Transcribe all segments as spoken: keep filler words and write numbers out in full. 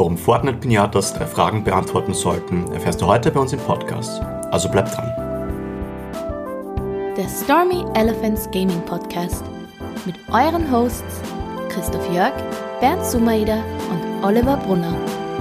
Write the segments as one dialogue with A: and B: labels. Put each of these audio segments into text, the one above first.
A: Warum Fortnite Pinatas drei Fragen beantworten sollten, erfährst du heute bei uns im Podcast. Also bleib dran.
B: Der Stormy Elephants Gaming Podcast mit euren Hosts Christoph Jörg, Bernd Sumaida und Oliver Brunner.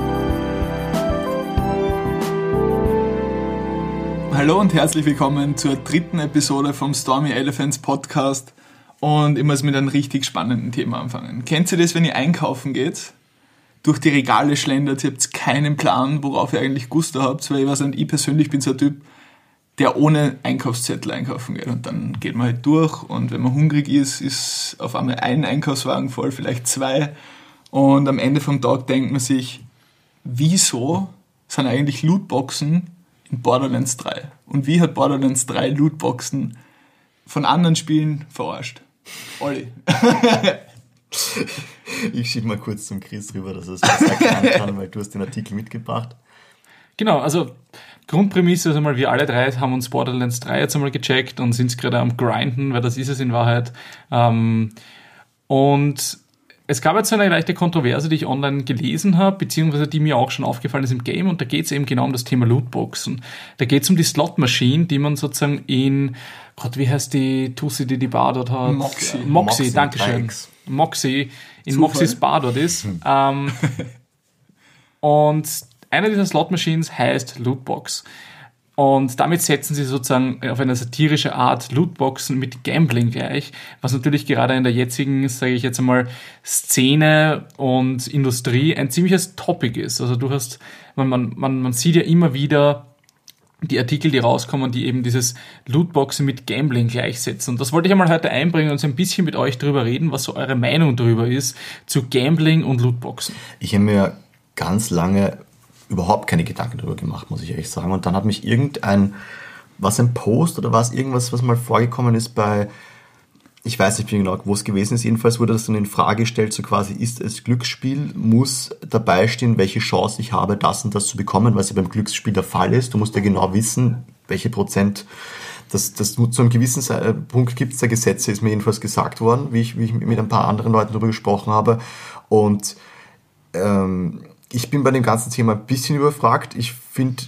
C: Hallo und herzlich willkommen zur dritten Episode vom Stormy Elephants Podcast. Und ich muss mit einem richtig spannenden Thema anfangen. Kennt ihr das, wenn ihr einkaufen geht, durch die Regale schlendert, ihr habt keinen Plan, worauf ihr eigentlich Gusto habt, weil ich weiß nicht, ich persönlich bin so ein Typ, der ohne Einkaufszettel einkaufen geht. Und dann geht man halt durch und wenn man hungrig ist, ist auf einmal ein Einkaufswagen voll, vielleicht zwei. Und am Ende vom Tag denkt man sich, wieso sind eigentlich Lootboxen in Borderlands drei? Und wie hat Borderlands drei Lootboxen von anderen Spielen verarscht? Olli.
A: Ich schiebe mal kurz zum Chris rüber, dass er es besser erklären kann, weil du hast den Artikel mitgebracht.
D: Genau, also Grundprämisse ist einmal, wir alle drei haben uns Borderlands drei jetzt einmal gecheckt und sind gerade am Grinden, weil das ist es in Wahrheit. Und es gab jetzt so eine leichte Kontroverse, die ich online gelesen habe, beziehungsweise die mir auch schon aufgefallen ist im Game, und da geht es eben genau um das Thema Lootboxen. Da geht es um die Slot-Machine, die man sozusagen in, Gott, wie heißt die Tussi, die die Bar dort hat?
C: Moxie.
D: Moxie, Moxie Dankeschön. Moxie, in Zufall. Moxies Bar dort ist. Hm. Ähm, und eine dieser Slot-Machines heißt Lootbox. Und damit setzen sie sozusagen auf eine satirische Art Lootboxen mit Gambling gleich, was natürlich gerade in der jetzigen, sage ich jetzt einmal, Szene und Industrie ein ziemliches Topic ist. Also du hast, man, man, man sieht ja immer wieder die Artikel, die rauskommen, die eben dieses Lootboxen mit Gambling gleichsetzen. Und das wollte ich einmal heute einbringen und so ein bisschen mit euch drüber reden, was so eure Meinung drüber ist zu Gambling und Lootboxen.
A: Ich habe mir ganz lange überhaupt keine Gedanken darüber gemacht, muss ich ehrlich sagen. Und dann hat mich irgendein, was ein Post oder was irgendwas, was mal vorgekommen ist bei, ich weiß nicht genau, wo es gewesen ist, jedenfalls wurde das dann in Frage gestellt, so quasi, ist es Glücksspiel, muss dabei stehen, welche Chance ich habe, das und das zu bekommen, was ja beim Glücksspiel der Fall ist. Du musst ja genau wissen, welche Prozent, das, das nur zu einem gewissen Punkt gibt es da Gesetze, ist mir jedenfalls gesagt worden, wie ich, wie ich mit ein paar anderen Leuten darüber gesprochen habe. Und ähm, ich bin bei dem ganzen Thema ein bisschen überfragt. Ich finde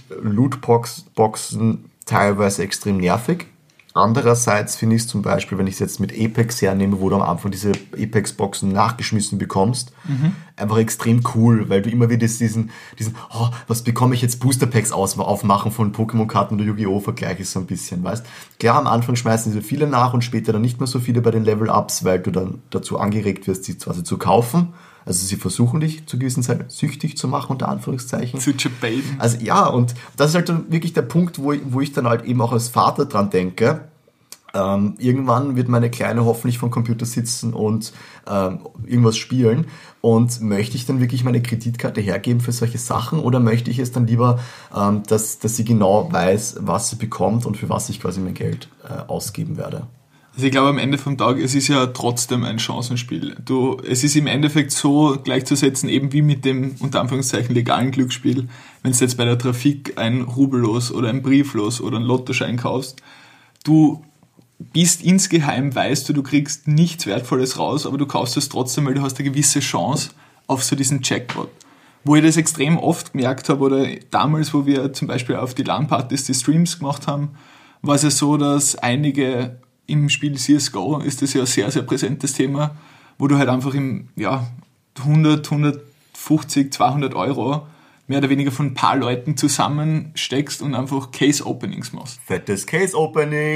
A: Lootboxen teilweise extrem nervig. Andererseits finde ich es zum Beispiel, wenn ich es jetzt mit Apex hernehme, wo du am Anfang diese Apex-Boxen nachgeschmissen bekommst, mhm. einfach extrem cool, weil du immer wieder diesen, diesen oh, was bekomme ich jetzt, Booster-Packs aufmachen von Pokémon-Karten oder Yu-Gi-Oh! Vergleich ist so ein bisschen, weißt? Klar, am Anfang schmeißen sie viele nach und später dann nicht mehr so viele bei den Level-Ups, weil du dann dazu angeregt wirst, sie quasi zu kaufen. Also sie versuchen dich zu gewissen Zeiten süchtig zu machen, unter Anführungszeichen.
C: Zu baiten.
A: Also ja, und das ist halt dann wirklich der Punkt, wo ich, wo ich dann halt eben auch als Vater dran denke. Ähm, irgendwann wird meine Kleine hoffentlich vom Computer sitzen und ähm, irgendwas spielen. Und möchte ich dann wirklich meine Kreditkarte hergeben für solche Sachen oder möchte ich es dann lieber, ähm, dass, dass sie genau weiß, was sie bekommt und für was ich quasi mein Geld äh, ausgeben werde?
C: Also ich glaube, am Ende vom Tag, es ist ja trotzdem ein Chancenspiel. Du, es ist im Endeffekt so gleichzusetzen, eben wie mit dem, unter Anführungszeichen, legalen Glücksspiel. Wenn du jetzt bei der Trafik ein Rubellos oder ein Brieflos oder ein Lottoschein kaufst, du bist insgeheim, weißt du, du kriegst nichts Wertvolles raus, aber du kaufst es trotzdem, weil du hast eine gewisse Chance auf so diesen Jackpot. Wo ich das extrem oft gemerkt habe, oder damals, wo wir zum Beispiel auf die LAN-Partys die Streams gemacht haben, war es ja so, dass einige im Spiel C S G O ist das ja ein sehr, sehr präsentes Thema, wo du halt einfach im ja, hundert, hundertfünfzig, zweihundert Euro mehr oder weniger von ein paar Leuten zusammensteckst und einfach Case-Openings machst.
A: Fettes Case-Opening!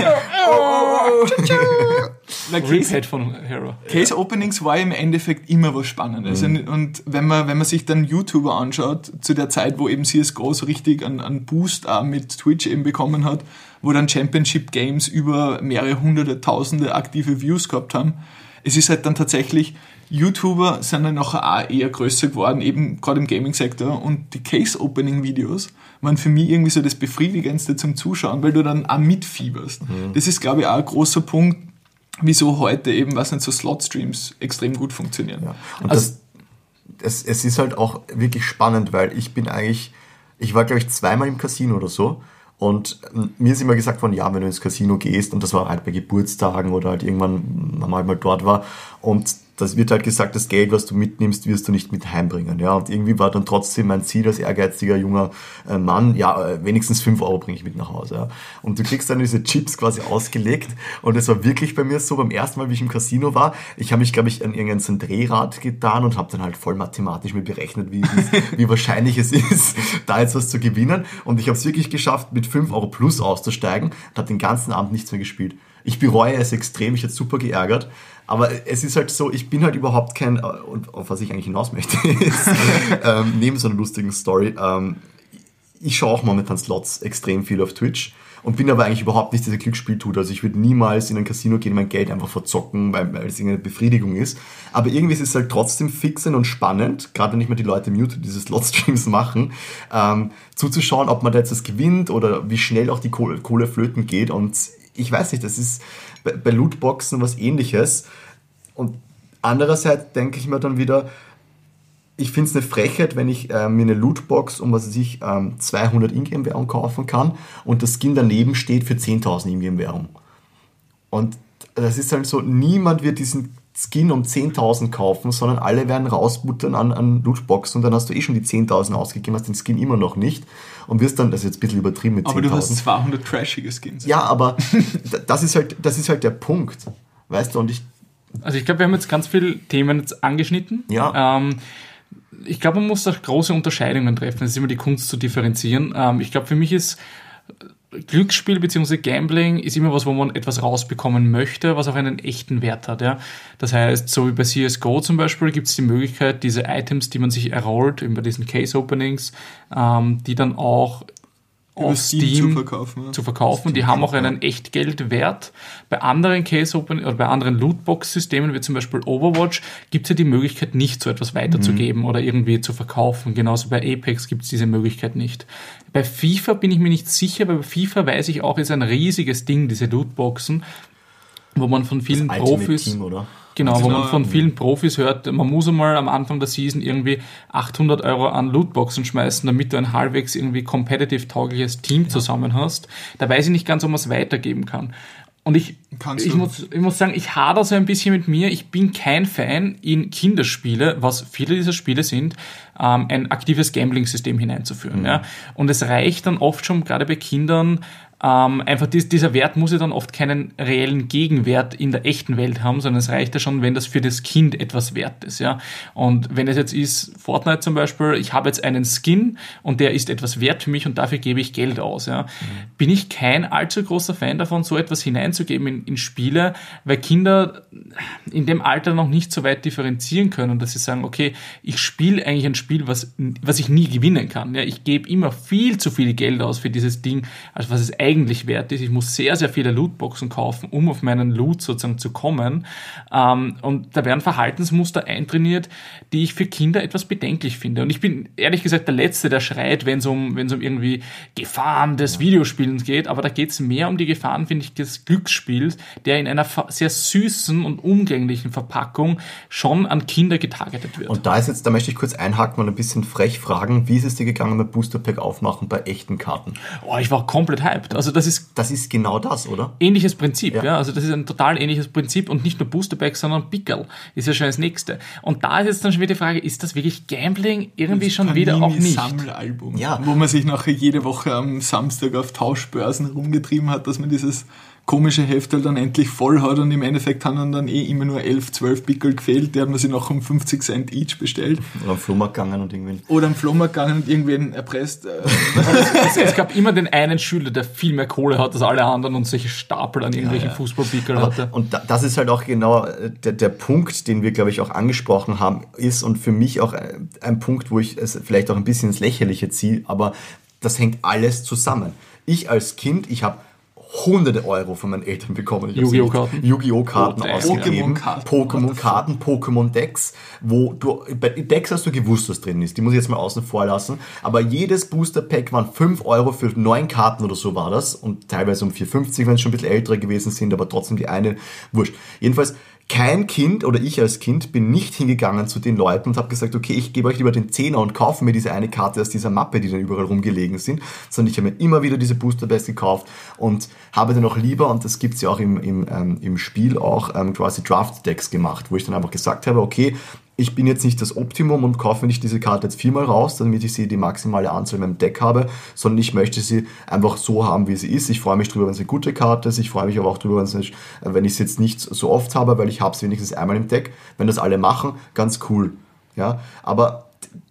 D: oh, Case von Hero.
C: Case-Openings war im Endeffekt immer was Spannendes. Mhm. Und wenn man, wenn man sich dann YouTuber anschaut, zu der Zeit, wo eben C S G O so richtig einen, einen Boost auch mit Twitch eben bekommen hat, wo dann Championship Games über mehrere hunderte, tausende aktive Views gehabt haben. Es ist halt dann tatsächlich, YouTuber sind dann nachher auch eher größer geworden, eben gerade im Gaming-Sektor, und die Case-Opening-Videos waren für mich irgendwie so das Befriedigendste zum Zuschauen, weil du dann auch mitfieberst. Mhm. Das ist, glaube ich, auch ein großer Punkt, wieso heute eben, was nicht, so Slot-Streams extrem gut funktionieren.
A: Ja. Und also, das, es, es ist halt auch wirklich spannend, weil ich bin eigentlich, ich war glaube ich zweimal im Casino oder so. Und mir ist immer gesagt worden, ja, wenn du ins Casino gehst, und das war halt bei Geburtstagen oder halt irgendwann mal, mal dort war, und das wird halt gesagt, das Geld, was du mitnimmst, wirst du nicht mit heimbringen. Ja, und irgendwie war dann trotzdem mein Ziel als ehrgeiziger junger äh, Mann, ja, äh, wenigstens fünf Euro bringe ich mit nach Hause. Ja. Und du kriegst dann diese Chips quasi ausgelegt und es war wirklich bei mir so, beim ersten Mal, wie ich im Casino war, ich habe mich, glaube ich, an irgendein so ein Drehrad getan und habe dann halt voll mathematisch mir berechnet, wie, wie wahrscheinlich es ist, da jetzt was zu gewinnen. Und ich habe es wirklich geschafft, mit fünf Euro plus auszusteigen und habe den ganzen Abend nichts mehr gespielt. Ich bereue es extrem, ich hätte super geärgert. Aber es ist halt so, ich bin halt überhaupt kein, und auf was ich eigentlich hinaus möchte, ist, ähm, neben so einer lustigen Story, ähm, ich schaue auch momentan Slots extrem viel auf Twitch und bin aber eigentlich überhaupt nicht dieser Glücksspieltude. Also ich würde niemals in ein Casino gehen, mein Geld einfach verzocken, weil, weil es irgendeine Befriedigung ist. Aber irgendwie ist es halt trotzdem fixend und spannend, gerade wenn ich mir die Leute mute, die diese Slot-Streams machen, ähm, zuzuschauen, ob man da jetzt das gewinnt oder wie schnell auch die Kohle, Kohle flöten geht. Und ich weiß nicht, das ist bei, bei Lootboxen was Ähnliches. Und andererseits denke ich mir dann wieder, ich finde es eine Frechheit, wenn ich äh, mir eine Lootbox um was weiß ich, ähm, zweihundert Ingame-Währung kaufen kann und das Skin daneben steht für zehntausend Ingame-Währung. Und das ist halt so, niemand wird diesen Skin um zehntausend kaufen, sondern alle werden rausbuttern an, an Lootboxen und dann hast du eh schon die zehntausend ausgegeben, hast den Skin immer noch nicht und wirst dann, das ist jetzt ein bisschen übertrieben mit zehntausend.
C: Aber du hast zweihundert trashige Skins.
A: Ja, aber das ist halt, das ist halt der Punkt, weißt du, und ich...
D: Also ich glaube, wir haben jetzt ganz viele Themen jetzt angeschnitten.
A: Ja.
D: Ähm, ich glaube, man muss da große Unterscheidungen treffen. Es ist immer die Kunst zu differenzieren. Ähm, ich glaube, für mich ist Glücksspiel bzw. Gambling ist immer was, wo man etwas rausbekommen möchte, was auch einen echten Wert hat. Ja? Das heißt, so wie bei C S G O zum Beispiel gibt es die Möglichkeit, diese Items, die man sich errollt, eben bei diesen Case-Openings, ähm, die dann auch auf Steam, Steam zu verkaufen. Ja. Zu verkaufen. Steam die haben auch einen Echtgeldwert. Bei anderen Case Open oder bei anderen Lootbox-Systemen, wie zum Beispiel Overwatch, gibt es ja die Möglichkeit, nicht so etwas weiterzugeben mhm. oder irgendwie zu verkaufen. Genauso bei Apex gibt es diese Möglichkeit nicht. Bei FIFA bin ich mir nicht sicher, aber bei FIFA weiß ich auch, ist ein riesiges Ding, diese Lootboxen, wo man von vielen
A: das
D: Profis...
A: Team, oder?
D: Genau, wo man von vielen Profis hört, man muss einmal am Anfang der Season irgendwie achthundert Euro an Lootboxen schmeißen, damit du ein halbwegs irgendwie competitive-taugliches Team ja. zusammen hast. Da weiß ich nicht ganz, ob man es weitergeben kann. Und ich, ich muss, ich muss sagen, ich hadere so ein bisschen mit mir. Ich bin kein Fan in Kinderspiele, was viele dieser Spiele sind, ähm, ein aktives Gambling-System hineinzuführen. Mhm. Ja. Und es reicht dann oft schon, gerade bei Kindern, Ähm, einfach dies, dieser Wert muss ja dann oft keinen reellen Gegenwert in der echten Welt haben, sondern es reicht ja schon, wenn das für das Kind etwas wert ist. Ja? Und wenn es jetzt ist, Fortnite zum Beispiel, ich habe jetzt einen Skin und der ist etwas wert für mich und dafür gebe ich Geld aus. Ja? Mhm. Bin ich kein allzu großer Fan davon, so etwas hineinzugeben in, in Spiele, weil Kinder in dem Alter noch nicht so weit differenzieren können, dass sie sagen, okay, ich spiele eigentlich ein Spiel, was, was ich nie gewinnen kann. Ja? Ich gebe immer viel zu viel Geld aus für dieses Ding, als was es eigentlich eigentlich wert ist. Ich muss sehr, sehr viele Lootboxen kaufen, um auf meinen Loot sozusagen zu kommen. Ähm, und da werden Verhaltensmuster eintrainiert, die ich für Kinder etwas bedenklich finde. Und ich bin ehrlich gesagt der Letzte, der schreit, wenn es um, wenn es um irgendwie Gefahren des Videospielens geht. Aber da geht es mehr um die Gefahren, finde ich, des Glücksspiels, der in einer sehr süßen und umgänglichen Verpackung schon an Kinder getargetet wird.
A: Und da ist jetzt, da möchte ich kurz einhaken und ein bisschen frech fragen, wie ist es dir gegangen mit Booster Pack aufmachen bei echten Karten?
D: Oh, ich war komplett hyped. Also das ist
A: das ist genau das, oder?
D: Ähnliches Prinzip, ja. ja. Also das ist ein total ähnliches Prinzip und nicht nur Booster Pack, sondern Pickel ist ja schon das nächste. Und da ist jetzt dann schon wieder die Frage, ist das wirklich Gambling? Irgendwie das schon wieder auch nicht.
C: Sammelalbum, ja. Wo man sich nachher jede Woche am Samstag auf Tauschbörsen rumgetrieben hat, dass man dieses komische Heftel dann endlich voll hat und im Endeffekt haben dann eh immer nur elf, zwölf Pickel gefehlt, die hat man sich noch um fünfzig Cent each bestellt.
A: Oder am Flohmarkt gegangen und irgendwen.
C: Oder am Flohmarkt gegangen und irgendwen erpresst.
D: es, es gab immer den einen Schüler, der viel mehr Kohle hat als alle anderen und solche Stapel an irgendwelchen ja, ja. Fußballpickel hatte.
A: Und das ist halt auch genau der, der Punkt, den wir, glaube ich, auch angesprochen haben, ist und für mich auch ein, ein Punkt, wo ich es vielleicht auch ein bisschen ins Lächerliche ziehe, aber das hängt alles zusammen. Ich als Kind, ich habe hunderte Euro von meinen Eltern bekommen.
D: Yu-Gi-Oh! Karten.
A: Yu-Gi-Oh! Karten
D: oh,
A: ausgegeben. Pokémon Karten, Pokémon Decks, wo du, bei Decks hast du gewusst, was drin ist. Die muss ich jetzt mal außen vor lassen. Aber jedes Booster Pack waren fünf Euro für neun Karten oder so war das. Und teilweise um vier fünfzig, wenn es schon ein bisschen ältere gewesen sind, aber trotzdem die eine, wurscht. Jedenfalls, Kein Kind oder ich als Kind bin nicht hingegangen zu den Leuten und habe gesagt, okay, ich gebe euch lieber den Zehner und kaufe mir diese eine Karte aus dieser Mappe, die dann überall rumgelegen sind, sondern ich habe mir immer wieder diese Booster Packs gekauft und habe dann auch lieber, und das gibt's ja auch im, im, ähm, im Spiel auch, ähm, quasi Draft Decks gemacht, wo ich dann einfach gesagt habe, okay, ich bin jetzt nicht das Optimum und kaufe mir nicht diese Karte jetzt viermal raus, damit ich sie die maximale Anzahl in meinem Deck habe, sondern ich möchte sie einfach so haben, wie sie ist. Ich freue mich drüber, wenn es eine gute Karte ist. Ich freue mich aber auch drüber, wenn ich es jetzt nicht so oft habe, weil ich habe es wenigstens einmal im Deck. Wenn das alle machen, ganz cool. Ja, aber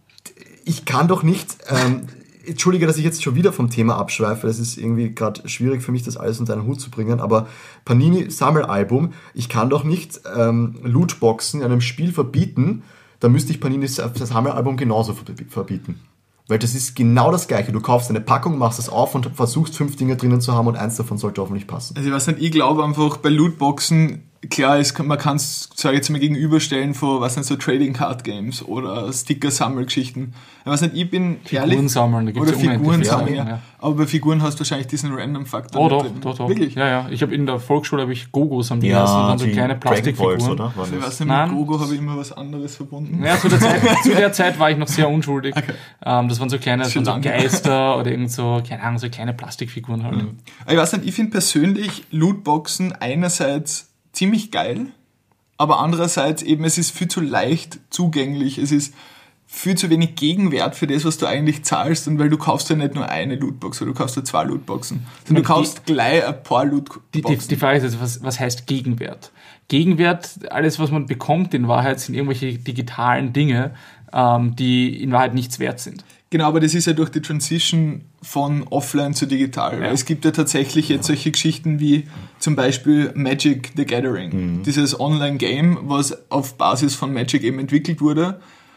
A: ich kann doch nicht... Ähm, Entschuldige, dass ich jetzt schon wieder vom Thema abschweife, das ist irgendwie gerade schwierig für mich, das alles unter einen Hut zu bringen, aber Panini-Sammelalbum, ich kann doch nicht ähm, Lootboxen in einem Spiel verbieten, da müsste ich Panini das Sammelalbum genauso verbieten. Weil das ist genau das Gleiche, du kaufst eine Packung, machst es auf und versuchst fünf Dinge drinnen zu haben und eins davon sollte hoffentlich passen.
C: Also ich weiß nicht, ich glaube einfach bei Lootboxen, klar, es kann, man kann es, sage ich jetzt mal, gegenüberstellen von, was nicht, so Trading Card Games oder Sticker-Sammelgeschichten. Ich weiß nicht, ich bin
D: Figuren
C: ehrlich...
D: sammeln, da gibt's
C: oder
D: ja
C: Figuren sammeln, ja.
D: ja.
C: Aber bei Figuren hast du wahrscheinlich diesen Random-Faktor.
D: Oh doch, doch, doch.
C: Wirklich?
D: Ja, ja. Ich habe in der Volksschule habe ich Gogos am
A: Ja,
D: lassen, dann so
A: die
D: kleine Plastikfiguren.
A: Dragon Balls, oder? War
C: Ich
A: das?
C: weiß nicht,
D: Nein.
C: mit Gogo habe ich immer was anderes verbunden.
D: Ja, zu der Zeit, zu der Zeit war ich noch sehr unschuldig.
C: Okay.
D: Ähm, das waren so kleine, das
C: Schon
D: waren so
C: lange.
D: Geister oder irgend so, keine Ahnung, so kleine Plastikfiguren halt.
C: Mhm. Ich weiß nicht, ich finde persönlich Lootboxen einerseits ziemlich geil, aber andererseits eben, es ist viel zu leicht zugänglich, es ist viel zu wenig Gegenwert für das, was du eigentlich zahlst, und weil du kaufst ja nicht nur eine Lootbox, oder du kaufst ja zwei Lootboxen, sondern du kaufst gleich ein paar Lootboxen.
D: Die, die, die Frage ist jetzt, was, was heißt Gegenwert? Gegenwert, alles was man bekommt in Wahrheit, sind irgendwelche digitalen Dinge, ähm, die in Wahrheit nichts wert sind.
C: Genau, aber das ist ja durch die Transition von offline zu digital.
D: Ja.
C: Es gibt ja tatsächlich jetzt solche Geschichten wie zum Beispiel Magic the Gathering. Mhm. Dieses Online-Game, was auf Basis von Magic eben entwickelt wurde,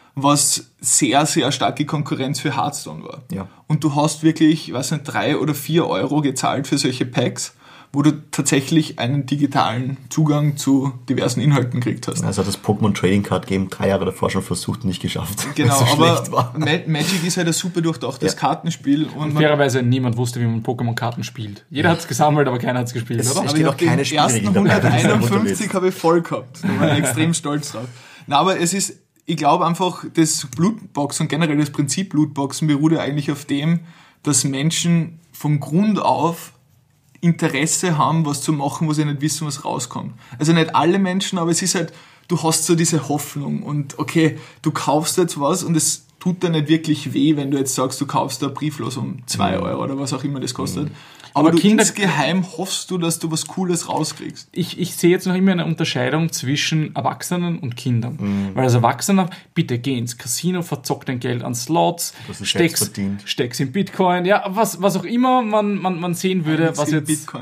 C: was sehr, sehr starke Konkurrenz für Hearthstone war.
A: Ja.
C: Und du hast wirklich, ich weiß nicht, drei oder vier Euro gezahlt für solche Packs, wo du tatsächlich einen digitalen Zugang zu diversen Inhalten gekriegt hast.
A: Also hat das Pokémon Trading Card Game drei Jahre davor schon versucht und nicht geschafft.
C: Genau,
A: weil es so
C: aber
A: schlecht war.
C: Ma- Magic ist halt ein super durchdachtes
A: Ja.
C: Kartenspiel. Und
D: Und
C: man,
D: fairerweise niemand wusste, wie man Pokémon-Karten spielt. Jeder hat es gesammelt, aber keiner hat es gespielt,
A: Es-
D: oder?
A: Es
C: aber
A: steht
C: ich
A: auch
C: habe
A: keine
C: den ersten
A: Spielregeln dabei, wenn du es
C: hunderteinundfünfzig habe ich voll gehabt. Da war ich extrem stolz drauf. Na, aber es ist, ich glaube einfach, das Lootboxen und generell das Prinzip Lootboxen beruht ja eigentlich auf dem, dass Menschen von Grund auf Interesse haben, was zu machen, wo sie nicht wissen, was rauskommt. Also nicht alle Menschen, aber es ist halt, du hast so diese Hoffnung und okay, du kaufst jetzt was und es tut dir nicht wirklich weh, wenn du jetzt sagst, du kaufst da brieflos um zwei Euro oder was auch immer das kostet. Aber,
D: Aber
C: du
D: Kinder-
C: insgeheim hoffst du, dass du was Cooles rauskriegst.
D: Ich, ich sehe jetzt noch immer eine Unterscheidung zwischen Erwachsenen und Kindern.
A: Mhm.
D: Weil als Erwachsener, bitte geh ins Casino, verzock dein Geld an Slots,
A: Das ist
D: steck's,
A: selbst verdient.
D: steck's in Bitcoin, ja, was, was auch immer man, man, man sehen würde, was jetzt
C: Bitcoin.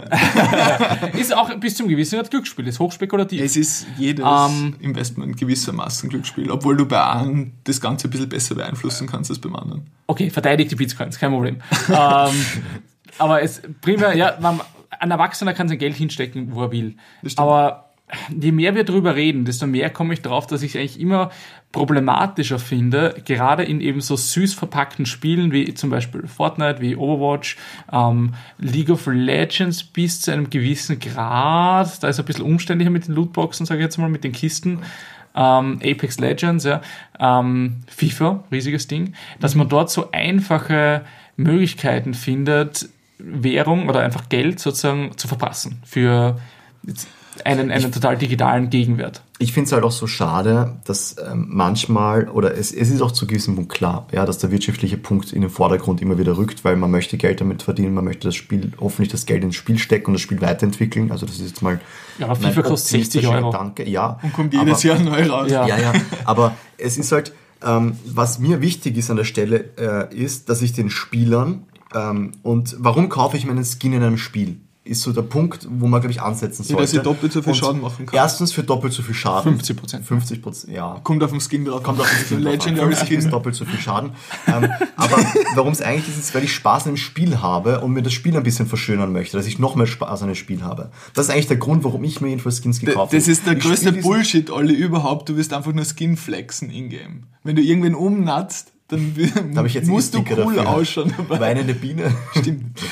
D: ist auch bis zum gewissen Grad Glücksspiel, ist hochspekulativ.
C: Es ist jedes
D: Ähm,
C: Investment gewissermaßen Glücksspiel, obwohl du bei einem das Ganze ein bisschen besser beeinflussen kannst als beim anderen.
D: Okay, verteidigt die Bitcoins, kein Problem. ähm, aber es primär, ja, man, ein Erwachsener kann sein Geld hinstecken, wo er will.
C: Das stimmt.
D: Aber je mehr wir drüber reden, desto mehr komme ich drauf, dass ich es eigentlich immer problematischer finde, gerade in eben so süß verpackten Spielen wie zum Beispiel Fortnite, wie Overwatch, ähm, League of Legends bis zu einem gewissen Grad, da ist es ein bisschen umständlicher mit den Lootboxen, sage ich jetzt mal, mit den Kisten. Ähm, Apex Legends, ja, ähm, FIFA, riesiges Ding, dass man dort so einfache Möglichkeiten findet, Währung oder einfach Geld sozusagen zu verpassen für jetzt einen, einen total digitalen Gegenwert.
A: Ich finde es halt auch so schade, dass ähm, manchmal, oder es, es ist auch zu gewissem Punkt klar, ja, dass der wirtschaftliche Punkt in den Vordergrund immer wieder rückt, weil man möchte Geld damit verdienen, man möchte das Spiel, hoffentlich das Geld ins Spiel stecken und das Spiel weiterentwickeln. Also das ist jetzt mal
D: Ja, aber
A: mein
D: FIFA kostet sechzig
A: optimistischer
D: Euro.
A: Gedanke. Ja,
C: Und kommt jedes
A: aber,
C: Jahr neu raus.
D: Ja.
A: Ja, ja, aber es ist halt, ähm, was mir wichtig ist an der Stelle, äh, ist, dass ich den Spielern, ähm, und warum kaufe ich meinen Skin in einem Spiel? Ist so der Punkt, wo man, glaube ich, ansetzen
C: Ja,
A: sollte.
C: dass ich doppelt so viel
A: Und
C: Schaden machen kann.
A: Erstens für doppelt so viel Schaden.
D: fünfzig Prozent.
A: fünfzig Prozent, ja.
C: Kommt auf den Skin drauf.
A: Kommt auf den Skin drauf an.
C: Legendary
A: fünfzig ist
C: Skin.
A: doppelt so viel Schaden. ähm, aber warum es eigentlich ist, ist, weil ich Spaß an dem Spiel habe und mir das Spiel ein bisschen verschönern möchte, dass ich noch mehr Spaß an dem Spiel habe. Das ist eigentlich der Grund, warum ich mir jedenfalls Skins gekauft habe.
C: Das ist der
A: Ich
C: größte
A: spiel diesen-
C: Bullshit, Olli, überhaupt. Du wirst einfach nur Skin flexen in-game. Wenn du irgendwen umnatzt, dann
A: Da habe ich jetzt
C: musst du
A: E-Sticker
C: cool
A: dafür.
C: ausschauen dabei.
A: Weinende Biene.
C: Stimmt.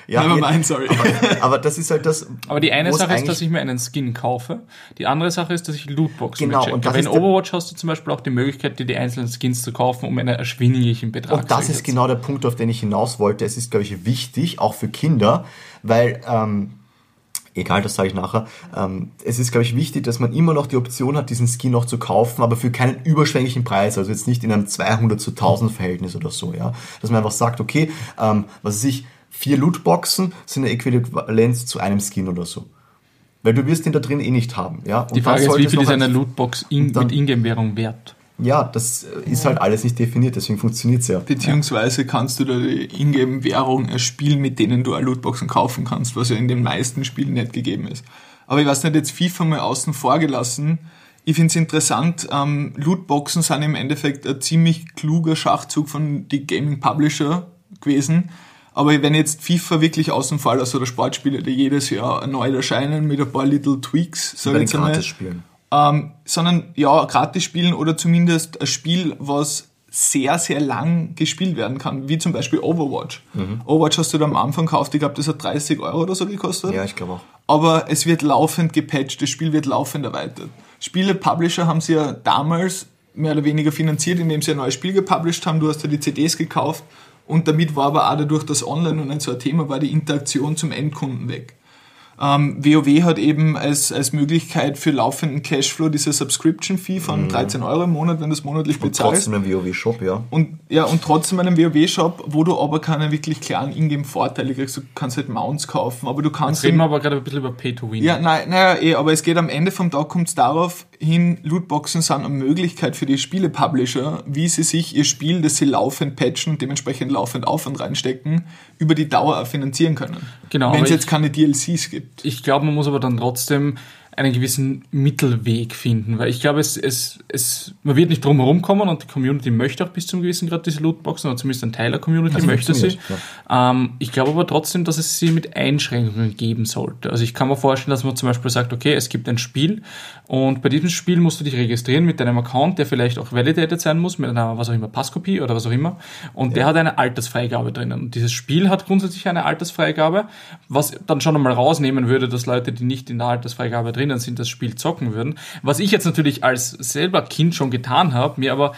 A: Ja,
C: Never mind, sorry.
A: Aber, aber das ist halt das...
D: Aber die eine
A: wo es
D: Sache ist,
A: eigentlich-
D: dass ich mir einen Skin kaufe. Die andere Sache ist, dass ich Lootboxen
A: Genau,
D: mitchecke.
A: und das
D: Weil in
A: ist der-
D: Overwatch hast du zum Beispiel auch die Möglichkeit, dir die einzelnen Skins zu kaufen, um einen erschwinglichen Betrag
A: Und das
D: zu
A: ist
D: setzen.
A: genau der Punkt, auf den ich hinaus wollte. Es ist, glaube ich, wichtig, auch für Kinder, weil, ähm, egal, das sage ich nachher, ähm, es ist, glaube ich, wichtig, dass man immer noch die Option hat, diesen Skin noch zu kaufen, aber für keinen überschwänglichen Preis, also jetzt nicht in einem zweihundert zu tausend Verhältnis oder so, ja. Dass man einfach sagt, okay, ähm, was weiß ich, vier Lootboxen sind eine Äquivalenz zu einem Skin oder so. Weil du wirst den da drin eh nicht haben, ja. Und
D: Die
A: dann
D: Frage ist,
A: sollte
D: wie
A: es
D: viel
A: noch
D: ist eine
A: ein-
D: Lootbox in,
A: dann-
D: mit Ingame-Währung wert?
A: Ja, das ist halt alles nicht definiert, deswegen funktioniert's ja.
C: Beziehungsweise kannst du da die Ingame-Währung erspielen, mit denen du auch Lootboxen kaufen kannst, was ja in den meisten Spielen nicht gegeben ist. Aber ich weiß nicht, jetzt FIFA mal außen vor gelassen. Ich finde es interessant, ähm, Lootboxen sind im Endeffekt ein ziemlich kluger Schachzug von die Gaming Publisher gewesen. Aber wenn jetzt FIFA wirklich außen vor lässt oder Sportspiele, die jedes Jahr neu erscheinen mit ein paar little Tweaks, sag
A: Bei
C: ich
A: den
C: jetzt einmal,
A: Gratis-Spielen.
C: ähm, sondern ja, gratis spielen oder zumindest ein Spiel, was sehr, sehr lang gespielt werden kann, wie zum Beispiel Overwatch.
A: Mhm.
C: Overwatch hast du da am Anfang gekauft, ich glaube, das hat dreißig Euro oder so gekostet.
A: Ja, ich glaube auch.
C: Aber es wird laufend gepatcht, das Spiel wird laufend erweitert. Spiele-Publisher haben sie ja damals mehr oder weniger finanziert, indem sie ein neues Spiel gepublished haben, du hast ja die C Ds gekauft und damit war aber auch dadurch, dass Online und nicht so ein Thema war, die Interaktion zum Endkunden weg. Ähm, WoW hat eben als, als Möglichkeit für laufenden Cashflow diese Subscription-Fee von dreizehn Euro im Monat, wenn du es monatlich
A: Und
C: bezahlst.
A: trotzdem ein WoW-Shop, ja.
C: Und, ja, und trotzdem einen WoW-Shop, wo du aber keine wirklich klaren Ingame-Vorteile kriegst. Du kannst halt Mounts kaufen, aber du kannst...
D: Jetzt reden wir aber gerade ein bisschen über Pay-to-Win.
C: Ja, nein, naja, eh, aber es geht am Ende vom Tag kommt es darauf hin, Lootboxen sind eine Möglichkeit für die Spiele-Publisher, wie sie sich ihr Spiel, das sie laufend patchen und dementsprechend laufend Aufwand reinstecken, über die Dauer auch finanzieren können.
D: Genau,
C: Wenn
D: aber
C: es jetzt
D: ich-
C: keine D L Cs gibt.
D: Ich glaube, man muss aber dann trotzdem einen gewissen Mittelweg finden, weil ich glaube, es, es, es, man wird nicht drum herum kommen und die Community möchte auch bis zum gewissen Grad diese Lootboxen, oder zumindest ein Teil der Community
A: Das
D: möchte sie.
A: funktioniert,
D: Ähm, ich glaube aber trotzdem, dass es sie mit Einschränkungen geben sollte. Also ich kann mir vorstellen, dass man zum Beispiel sagt, okay, es gibt ein Spiel und bei diesem Spiel musst du dich registrieren mit deinem Account, der vielleicht auch validated sein muss, mit einer, was auch immer, Passkopie oder was auch immer, und der hat eine Altersfreigabe drinnen. Und dieses Spiel hat grundsätzlich eine Altersfreigabe, was dann schon einmal rausnehmen würde, dass Leute, die nicht in der Altersfreigabe drinnen sind, das Spiel zocken würden. Was ich jetzt natürlich als selber Kind schon getan habe, mir aber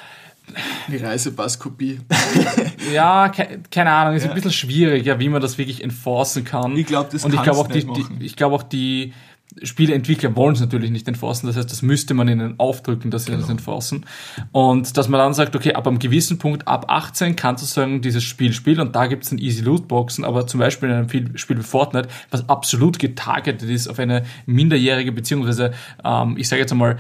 C: Die Reisepasskopie.
D: ja, ke keine Ahnung, ist ein bisschen schwierig, ja, wie man das wirklich enforcen kann.
C: Ich glaub, das
D: Und ich
C: kannst
D: glaube auch,
C: du
D: die,
C: nicht machen.
D: die, ich glaube auch, die Spieleentwickler wollen es natürlich nicht enforcen, das heißt, das müsste man ihnen aufdrücken, dass sie das enforcen. Und dass man dann sagt, okay, ab einem gewissen Punkt, ab achtzehn kannst du sagen, dieses Spiel spielen und da gibt es dann easy Lootboxen, aber zum Beispiel in einem Spiel wie Fortnite, was absolut getargetet ist auf eine minderjährige, beziehungsweise, ähm, ich sage jetzt einmal,